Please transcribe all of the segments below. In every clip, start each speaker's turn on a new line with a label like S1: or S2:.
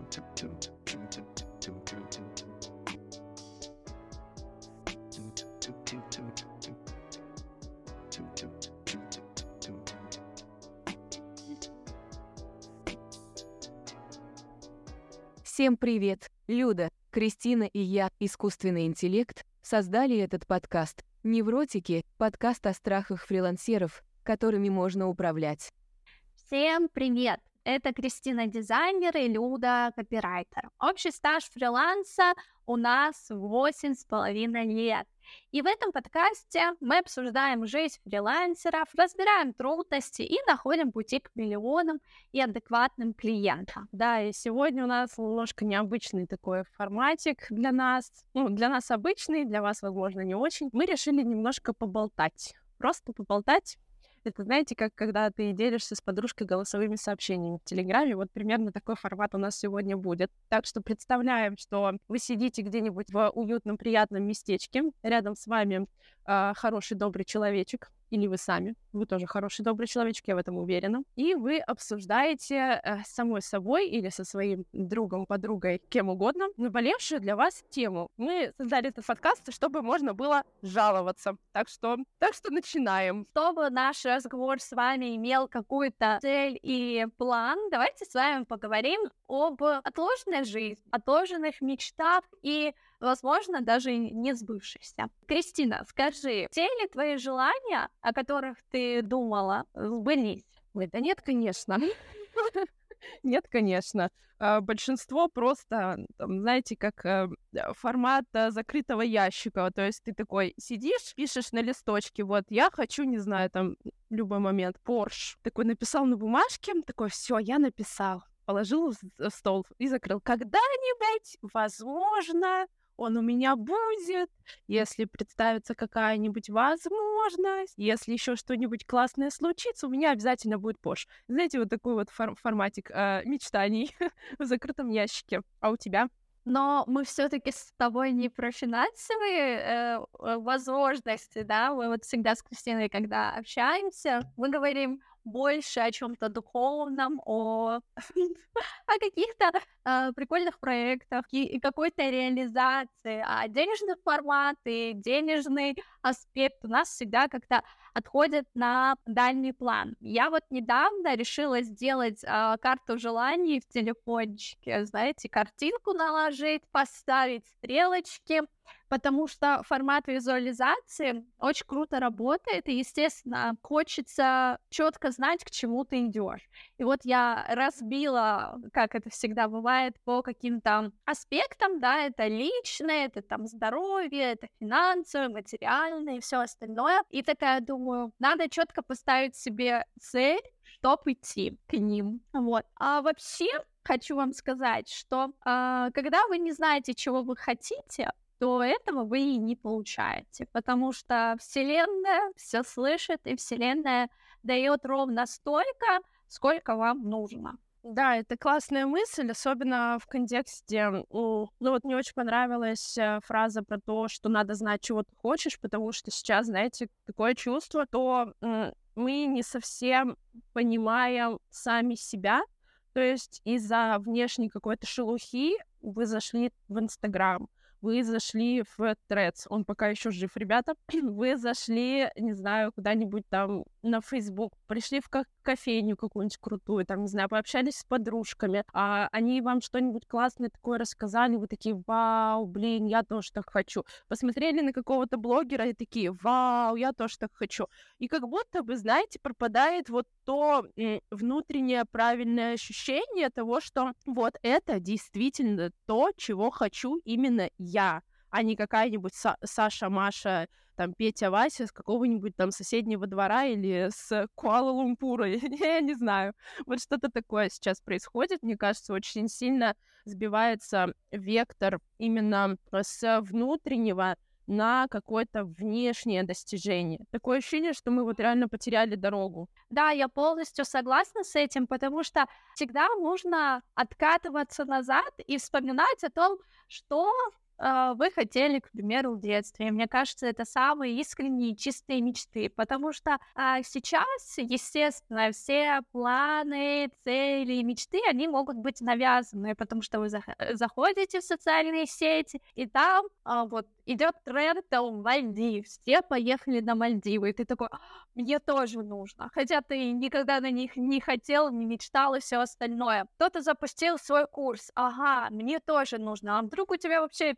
S1: Всем привет! Люда, Кристина и я, искусственный интеллект, создали этот подкаст «Невротики» — подкаст о страхах фрилансеров, которыми можно управлять.
S2: Всем привет! Это Кристина дизайнер и Люда копирайтер. Общий стаж фриланса у нас 8,5 лет. И в этом подкасте мы обсуждаем жизнь фрилансеров, разбираем трудности и находим пути к миллионам и адекватным клиентам.
S3: Да, и сегодня у нас немножко необычный такой форматик для нас. Для нас обычный, для вас, возможно, не очень. Мы решили немножко поболтать. Просто поболтать. Это, знаете, как когда ты делишься с подружкой голосовыми сообщениями в Телеграме. Вот примерно такой формат у нас сегодня будет. Так что представляем, что вы сидите где-нибудь в уютном, приятном местечке. Рядом с вами хороший, добрый человечек. Или вы сами. Вы тоже хороший, добрый человечек, я в этом уверена. И вы обсуждаете с самой собой или со своим другом, подругой, кем угодно, наболевшую для вас тему. Мы создали этот подкаст, чтобы можно было жаловаться. Так что начинаем.
S2: Чтобы наш разговор с вами имел какую-то цель и план, давайте с вами поговорим об отложенной жизни, отложенных мечтах и, возможно, даже не сбывшихся. Кристина, скажи, те ли твои желания, о которых ты думала, сбылись?
S3: Ой, да нет, конечно. Нет, конечно. Большинство просто, знаете, как формат закрытого ящика. То есть ты такой сидишь, пишешь на листочке, вот, я хочу, не знаю, там, в любой момент, Porsche. Такой написал на бумажке, такой, все, я написал. Положил в стол и закрыл. Когда-нибудь, возможно, он у меня будет, если представится какая-нибудь возможность, если еще что-нибудь классное случится, у меня обязательно будет Porsche. Знаете, вот такой вот форматик мечтаний в закрытом ящике. А у тебя?
S2: Но мы все-таки с тобой не про финансовые возможности, да? Мы вот всегда с Кристиной, когда общаемся, мы говорим больше о чем-то духовном, о каких-то прикольных проектах и какой-то реализации, а денежный формат и денежный аспект у нас всегда как-то отходит на дальний план. Я вот недавно решила сделать карту желаний в телефончике, знаете, картинку наложить, поставить стрелочки, потому что формат визуализации очень круто работает, и, естественно, хочется четко знать, к чему ты идешь. И вот я разбила, как это всегда бывает, по каким-то аспектам, да, это личное, это там здоровье, это финансовое, материальное и все остальное. И такая думаю, надо четко поставить себе цель, чтобы идти к ним. Вот. А вообще хочу вам сказать, что когда вы не знаете, чего вы хотите, то этого вы и не получаете, потому что Вселенная все слышит, и Вселенная дает ровно столько, сколько вам нужно.
S3: Да, это классная мысль, особенно в контексте, вот мне очень понравилась фраза про то, что надо знать, чего ты хочешь, потому что сейчас, знаете, такое чувство, то мы не совсем понимаем сами себя, то есть из-за внешней какой-то шелухи вы зашли в Инстаграм, вы зашли в Threads, он пока еще жив, ребята, вы зашли, не знаю, куда-нибудь там на Facebook, пришли в кофейню какую-нибудь крутую, там, не знаю, пообщались с подружками, а они вам что-нибудь классное такое рассказали, вы такие, вау, блин, я тоже так хочу. Посмотрели на какого-то блогера и такие, вау, я тоже так хочу. И как будто бы, знаете, пропадает вот то внутреннее правильное ощущение того, что вот это действительно то, чего хочу именно я, а не какая-нибудь Саша, Маша, там, Петя, Вася с какого-нибудь там соседнего двора или с Куала-Лумпура, я не знаю. Вот что-то такое сейчас происходит, мне кажется, очень сильно сбивается вектор именно с внутреннего на какое-то внешнее достижение. Такое ощущение, что мы вот реально потеряли дорогу.
S2: Да, я полностью согласна с этим, потому что всегда нужно откатываться назад и вспоминать о том, что вы хотели, к примеру, в детстве. Мне кажется, это самые искренние, чистые мечты, потому что сейчас, естественно, все планы, цели и мечты, они могут быть навязаны, потому что вы заходите в социальные сети, и там вот идет тренд там Мальдив, все поехали на Мальдивы, и ты такой, мне тоже нужно, хотя ты никогда на них не хотел, не мечтал и все остальное. Кто-то запустил свой курс, ага, мне тоже нужно, а вдруг у тебя вообще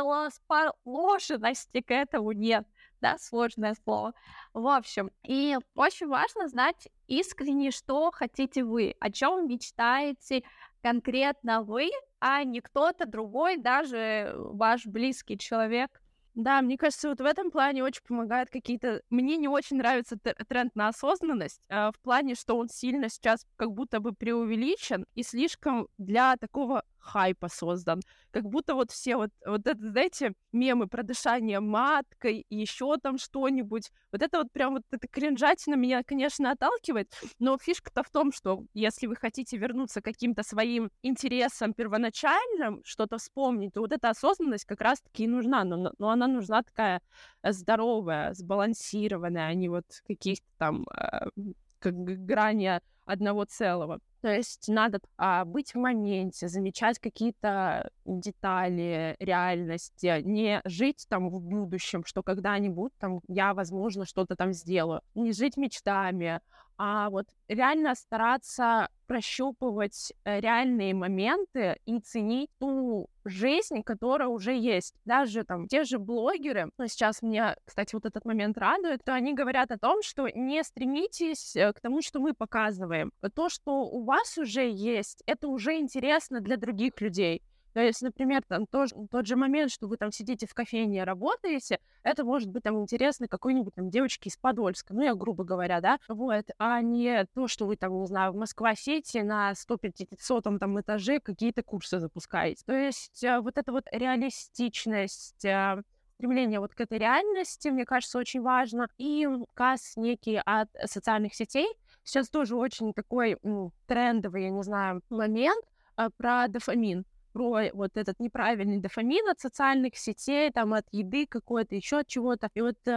S2: предрасположенности к этому нет, да, сложное слово. В общем, и очень важно знать искренне, что хотите вы, о чем мечтаете конкретно вы, а не кто-то другой, даже ваш близкий человек.
S3: Да, мне кажется, вот в этом плане очень помогают какие-то... Мне не очень нравится тренд на осознанность, в плане, что он сильно сейчас как будто бы преувеличен и слишком для такого хайпа создан. Как будто вот все вот это, знаете, мемы про дышание маткой и еще там что-нибудь. Вот это вот прям вот эта кринжатина меня, конечно, отталкивает, но фишка-то в том, что если вы хотите вернуться к каким-то своим интересам первоначальным, что-то вспомнить, то вот эта осознанность как раз-таки и нужна, но она нужна такая здоровая, сбалансированная, а не вот каких-то там как грани одного целого. То есть надо быть в моменте, замечать какие-то детали реальности, не жить там в будущем, что когда-нибудь там я, возможно, что-то там сделаю. Не жить мечтами, а вот реально стараться прощупывать реальные моменты и ценить ту жизнь, которая уже есть. Даже там те же блогеры, ну, сейчас меня, кстати, вот этот момент радует, то они говорят о том, что не стремитесь к тому, что мы показываем. То, что у вас уже есть, это уже интересно для других людей. То есть, например, там тот же момент, что вы там сидите в кофейне, работаете, это может быть там интересно какой-нибудь там девочке из Подольска, ну, я грубо говоря, да, вот, а не то, что вы там, не знаю, в Москва-Сити на 150-м там этаже какие-то курсы запускаете. То есть вот эта вот реалистичность, стремление вот к этой реальности, мне кажется, очень важно. И указ некий от социальных сетей. Сейчас тоже очень такой трендовый, я не знаю, момент про дофамин, про вот этот неправильный дофамин от социальных сетей, там, от еды какой-то, еще от чего-то. И вот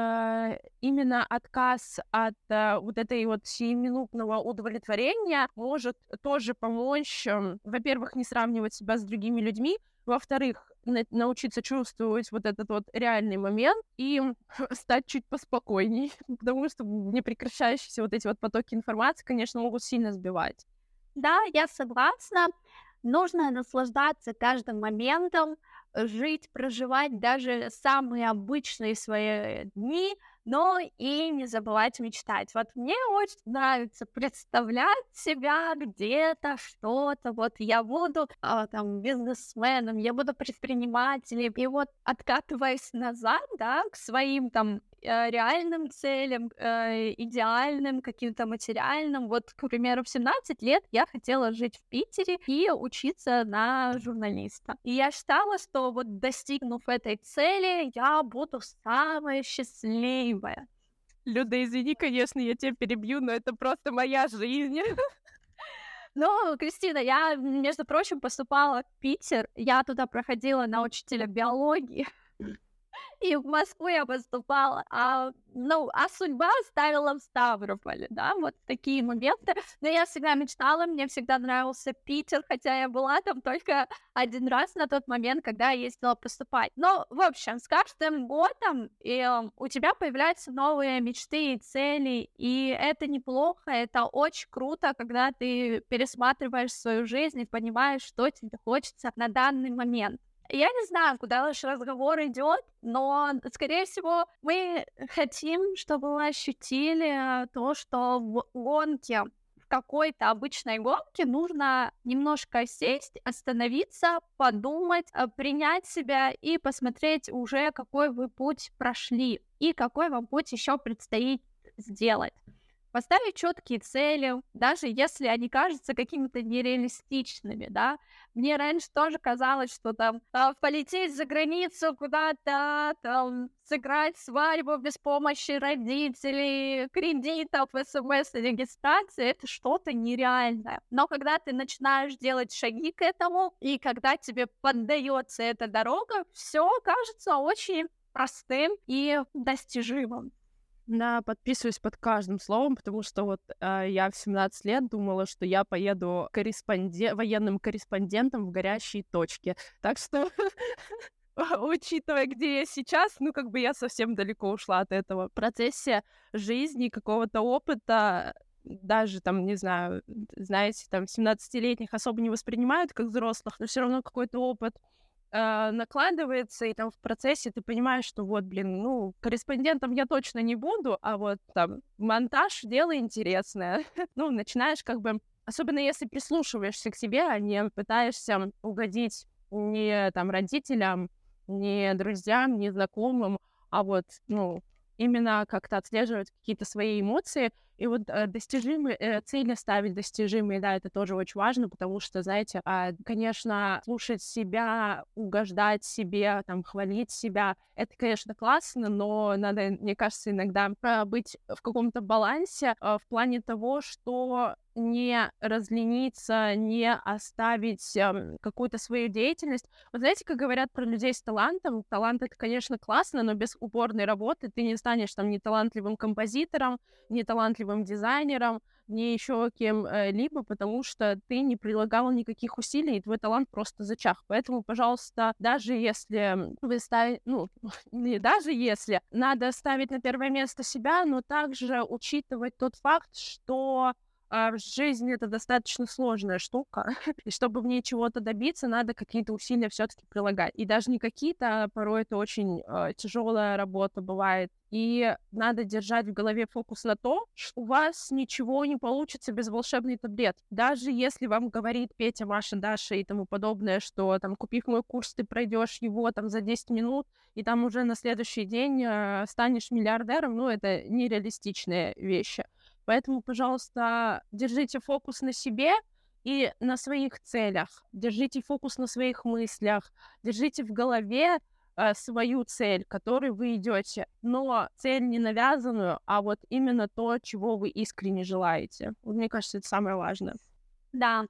S3: именно отказ от вот этой вот сиюминутного удовлетворения может тоже помочь, во-первых, не сравнивать себя с другими людьми, во-вторых, научиться чувствовать вот этот вот реальный момент и стать чуть поспокойней, потому что непрекращающиеся вот эти вот потоки информации, конечно, могут сильно сбивать.
S2: Да, я согласна. Нужно наслаждаться каждым моментом, жить, проживать даже самые обычные свои дни, но и не забывать мечтать. Вот мне очень нравится представлять себя где-то, что-то. Вот я буду там бизнесменом, я буду предпринимателем. И вот откатываясь назад, да, к своим там реальным целям, идеальным, каким-то материальным. Вот, к примеру, в 17 лет я хотела жить в Питере и учиться на журналиста. И я считала, что вот достигнув этой цели, я буду самая счастливая.
S3: Люда, извини, конечно, я тебя перебью, но это просто моя жизнь.
S2: Ну, Кристина, я, между прочим, поступала в Питер, я туда проходила на учителя биологии. И в Москву я поступала, а судьба оставила в Ставрополе, да, вот такие моменты. Но я всегда мечтала, мне всегда нравился Питер, хотя я была там только один раз на тот момент, когда я ездила поступать. Но, в общем, с каждым годом у тебя появляются новые мечты и цели, и это неплохо, это очень круто, когда ты пересматриваешь свою жизнь и понимаешь, что тебе хочется на данный момент. Я не знаю, куда наш разговор идет, но, скорее всего, мы хотим, чтобы вы ощутили то, что в гонке, в какой-то обычной гонке нужно немножко сесть, остановиться, подумать, принять себя и посмотреть уже, какой вы путь прошли и какой вам путь еще предстоит сделать. Поставить четкие цели, даже если они кажутся какими-то нереалистичными, да. Мне раньше тоже казалось, что там полететь за границу куда-то, там сыграть свадьбу без помощи родителей, кредитов, СМС и регистрации — это что-то нереальное. Но когда ты начинаешь делать шаги к этому, и когда тебе поддается эта дорога, все кажется очень простым и достижимым.
S3: Да, подписываюсь под каждым словом, потому что вот я в 17 лет думала, что я поеду военным корреспондентом в горящие точки. Так что, учитывая, где я сейчас, ну, как бы я совсем далеко ушла от этого. В процессе жизни, какого-то опыта, даже там, не знаю, знаете, там 17-летних особо не воспринимают как взрослых, но все равно какой-то опыт накладывается, и там в процессе ты понимаешь, что вот, блин, ну, корреспондентом я точно не буду, а вот там монтаж — дело интересное. Ну, начинаешь как бы, особенно если прислушиваешься к себе, а не пытаешься угодить не там родителям, не друзьям, не знакомым, а вот, ну, именно как-то отслеживать какие-то свои эмоции. И вот достижимые цели ставить достижимые, да, это тоже очень важно, потому что, знаете, конечно, слушать себя, угождать себе, там, хвалить себя, это, конечно, классно, но надо, мне кажется, иногда быть в каком-то балансе в плане того, что не разлениться, не оставить какую-то свою деятельность. Вот знаете, как говорят про людей с талантом, талант — это, конечно, классно, но без упорной работы ты не станешь там ни талантливым композитором, не талантливым дизайнером, не еще кем-либо, потому что ты не прилагал никаких усилий, и твой талант просто зачах. Поэтому, пожалуйста, даже если вы ставите, ну, не даже если, надо ставить на первое место себя, но также учитывать тот факт, что жизнь — это достаточно сложная штука, и чтобы в ней чего-то добиться, надо какие-то усилия все-таки прилагать. И даже не какие-то, а порой это очень тяжелая работа бывает. И надо держать в голове фокус на то, что у вас ничего не получится без волшебной таблетки. Даже если вам говорит Петя, Маша, Даша и тому подобное, что там, купив мой курс, ты пройдешь его там за 10 минут, и там уже на следующий день станешь миллиардером, ну, это нереалистичные вещи. Поэтому, пожалуйста, держите фокус на себе и на своих целях. Держите фокус на своих мыслях. Держите в голове свою цель, к которой вы идете. Но цель не навязанную, а вот именно то, чего вы искренне желаете. Вот мне кажется, это самое важное.
S2: Да.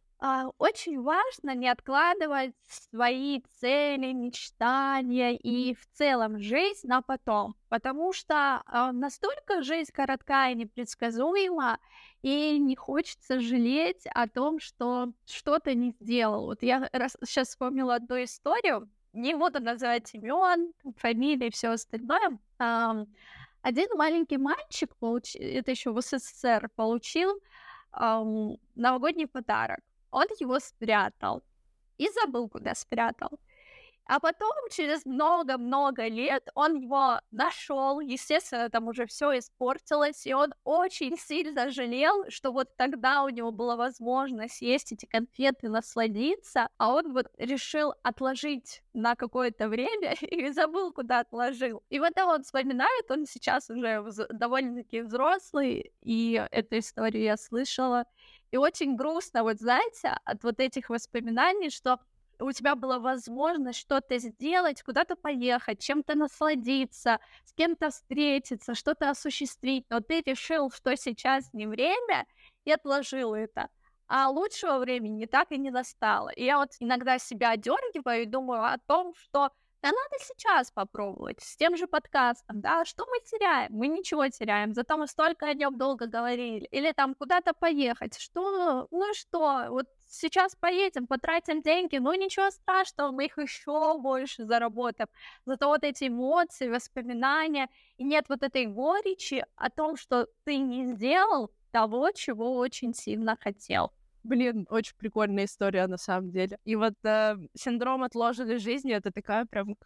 S2: Очень важно не откладывать свои цели, мечтания и в целом жизнь на потом, потому что настолько жизнь коротка и непредсказуема, и не хочется жалеть о том, что что-то не сделал. Вот я сейчас вспомнила одну историю, не буду называть имен, фамилии и все остальное. Один маленький мальчик, это еще в СССР, получил новогодний подарок. Он его спрятал и забыл, куда спрятал. А потом, через много-много лет, он его нашел. Естественно, там уже все испортилось, и он очень сильно жалел, что вот тогда у него была возможность съесть эти конфеты, насладиться, а он вот решил отложить на какое-то время и забыл, куда отложил. И вот он вспоминает, он сейчас уже довольно-таки взрослый, и эту историю я слышала. И очень грустно, вот знаете, от вот этих воспоминаний, что у тебя была возможность что-то сделать, куда-то поехать, чем-то насладиться, с кем-то встретиться, что-то осуществить, но ты решил, что сейчас не время, и отложил это. А лучшего времени так и не настало. И я вот иногда себя одергиваю и думаю о том, что да надо сейчас попробовать с тем же подкастом, да, что мы теряем? Мы ничего теряем, зато мы столько о нем долго говорили. Или там куда-то поехать, что, ну что, вот сейчас поедем, потратим деньги, ну ничего страшного, мы их еще больше заработаем. Зато вот эти эмоции, воспоминания, и нет вот этой горечи о том, что ты не сделал того, чего очень сильно хотел.
S3: Блин, очень прикольная история на самом деле. И вот синдром отложенной жизни — это такая прям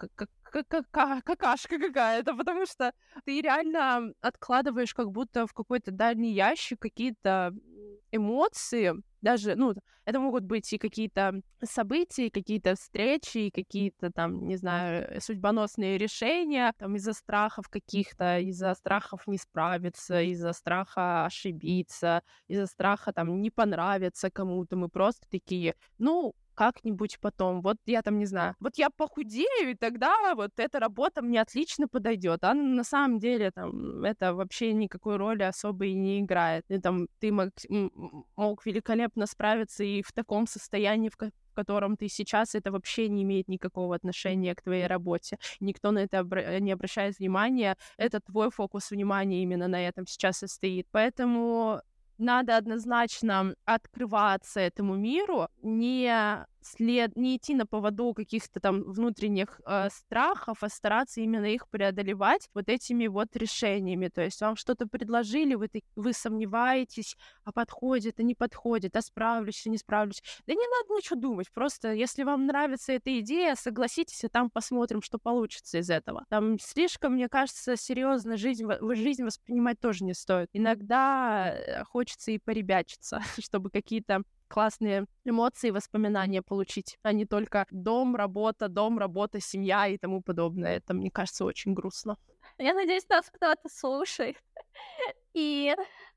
S3: какашка какая-то, потому что ты реально откладываешь как будто в какой-то дальний ящик какие-то эмоции, Даже, это могут быть и какие-то события, и какие-то встречи, и какие-то там, не знаю, судьбоносные решения, там из-за страхов каких-то, из-за страхов не справиться, из-за страха ошибиться, из-за страха там не понравиться кому-то. Мы просто такие, как-нибудь потом. Вот я там, не знаю, вот я похудею, и тогда вот эта работа мне отлично подойдет. А на самом деле там это вообще никакой роли особо и не играет. И там ты мог великолепно справиться и в таком состоянии, в котором ты сейчас, это вообще не имеет никакого отношения к твоей работе. Никто на это не обращает внимания. Это твой фокус внимания именно на этом сейчас и стоит. Поэтому надо однозначно открываться этому миру, не идти на поводу каких-то там внутренних страхов, а стараться именно их преодолевать вот этими вот решениями. То есть вам что-то предложили, вы сомневаетесь, а подходит, а не подходит, а справлюсь, а не справлюсь. Да не надо ничего думать, просто если вам нравится эта идея, согласитесь, и там посмотрим, что получится из этого. Там слишком, мне кажется, серьезно жизнь воспринимать тоже не стоит. Иногда хочется и поребячиться, чтобы какие-то классные эмоции, воспоминания получить, а не только дом, работа, семья и тому подобное. Это, мне кажется, очень грустно.
S2: Я надеюсь, нас кто-то слушает. И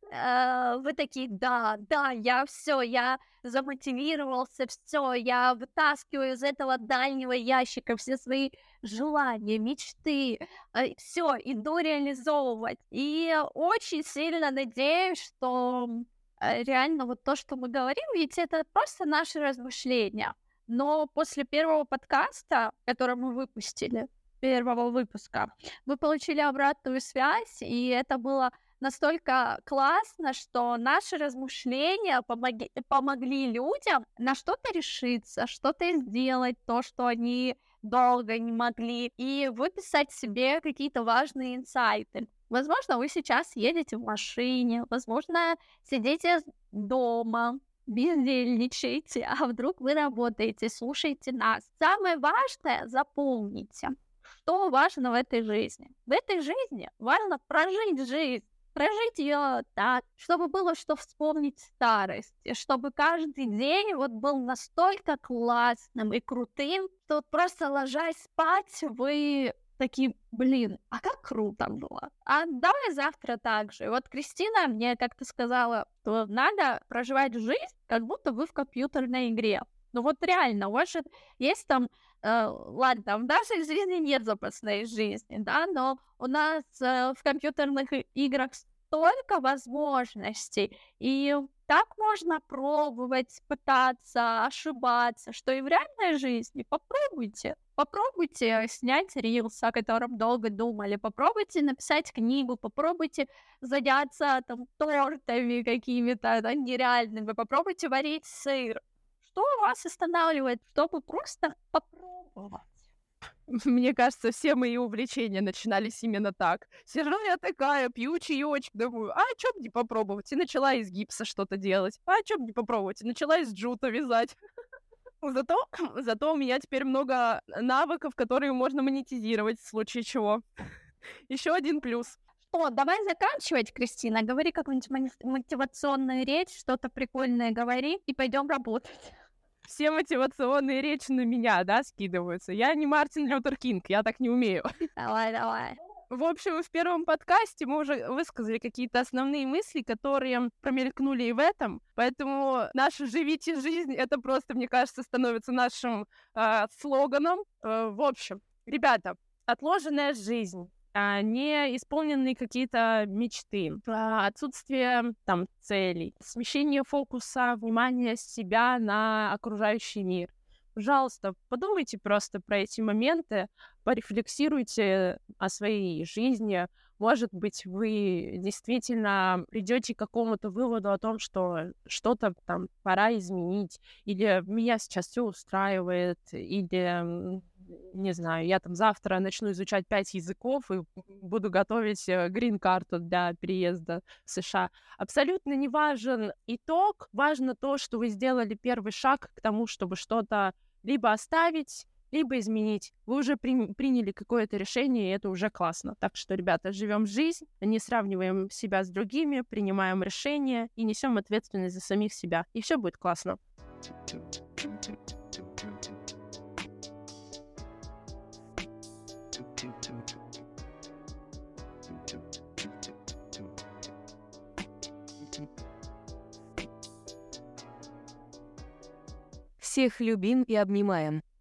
S2: вы такие, да, я замотивировался, все, я вытаскиваю из этого дальнего ящика все свои желания, мечты, все, иду реализовывать. И очень сильно надеюсь, что реально вот то, что мы говорим, ведь это просто наши размышления. Но после первого подкаста, который мы выпустили, первого выпуска, мы получили обратную связь, и это было настолько классно, что наши размышления помогли людям на что-то решиться, что-то сделать, то, что они долго не могли, и выписать себе какие-то важные инсайты. Возможно, вы сейчас едете в машине, возможно, сидите дома, бездельничаете, а вдруг вы работаете, слушаете нас. Самое важное, запомните, что важно в этой жизни. В этой жизни важно прожить жизнь. Прожить ее так, чтобы было что вспомнить в старости, чтобы каждый день вот был настолько классным и крутым, что вот просто ложась спать, вы такие, блин, а как круто было. А давай завтра так же. Вот Кристина мне как-то сказала, что надо проживать жизнь, как будто вы в компьютерной игре. Ну вот реально, у вас же есть там, ладно, там в нашей жизни нет запасной жизни, да, но у нас в компьютерных играх столько возможностей, и так можно пробовать, пытаться, ошибаться, что и в реальной жизни попробуйте. Попробуйте снять рилс, о котором долго думали, попробуйте написать книгу, попробуйте заняться там тортами какими-то нереальными, попробуйте варить сыр. Что вас останавливает, чтобы просто попробовать?
S3: Мне кажется, все мои увлечения начинались именно так. Сижу я такая, пью чаёчек, думаю, а чё б не попробовать? И начала из гипса что-то делать. А чё б не попробовать? И начала из джута вязать. Зато у меня теперь много навыков, которые можно монетизировать в случае чего. Еще один плюс.
S2: Что, давай заканчивать, Кристина. Говори какую-нибудь мотивационную речь, что-то прикольное говори, и пойдем работать.
S3: Все мотивационные речи на меня, да, скидываются. Я не Мартин Лютер Кинг, я так не умею.
S2: Давай.
S3: В общем, в первом подкасте мы уже высказали какие-то основные мысли, которые промелькнули и в этом. Поэтому наше «Живите жизнь» — это просто, мне кажется, становится нашим слоганом. В общем, ребята, отложенная жизнь, неисполненные какие-то мечты, отсутствие там целей, смещение фокуса внимания себя на окружающий мир. Пожалуйста, подумайте просто про эти моменты, порефлексируйте о своей жизни. Может быть, вы действительно придете к какому-то выводу о том, что что-то там пора изменить, или меня сейчас все устраивает, или не знаю, я там завтра начну изучать 5 языков и буду готовить грин-карту для переезда в США. Абсолютно не важен итог, важно то, что вы сделали первый шаг к тому, чтобы что-то либо оставить, либо изменить. Вы уже приняли какое-то решение, и это уже классно. Так что, ребята, живем жизнь, не сравниваем себя с другими, принимаем решения и несем ответственность за самих себя. И все будет классно.
S1: Всех любим и обнимаем.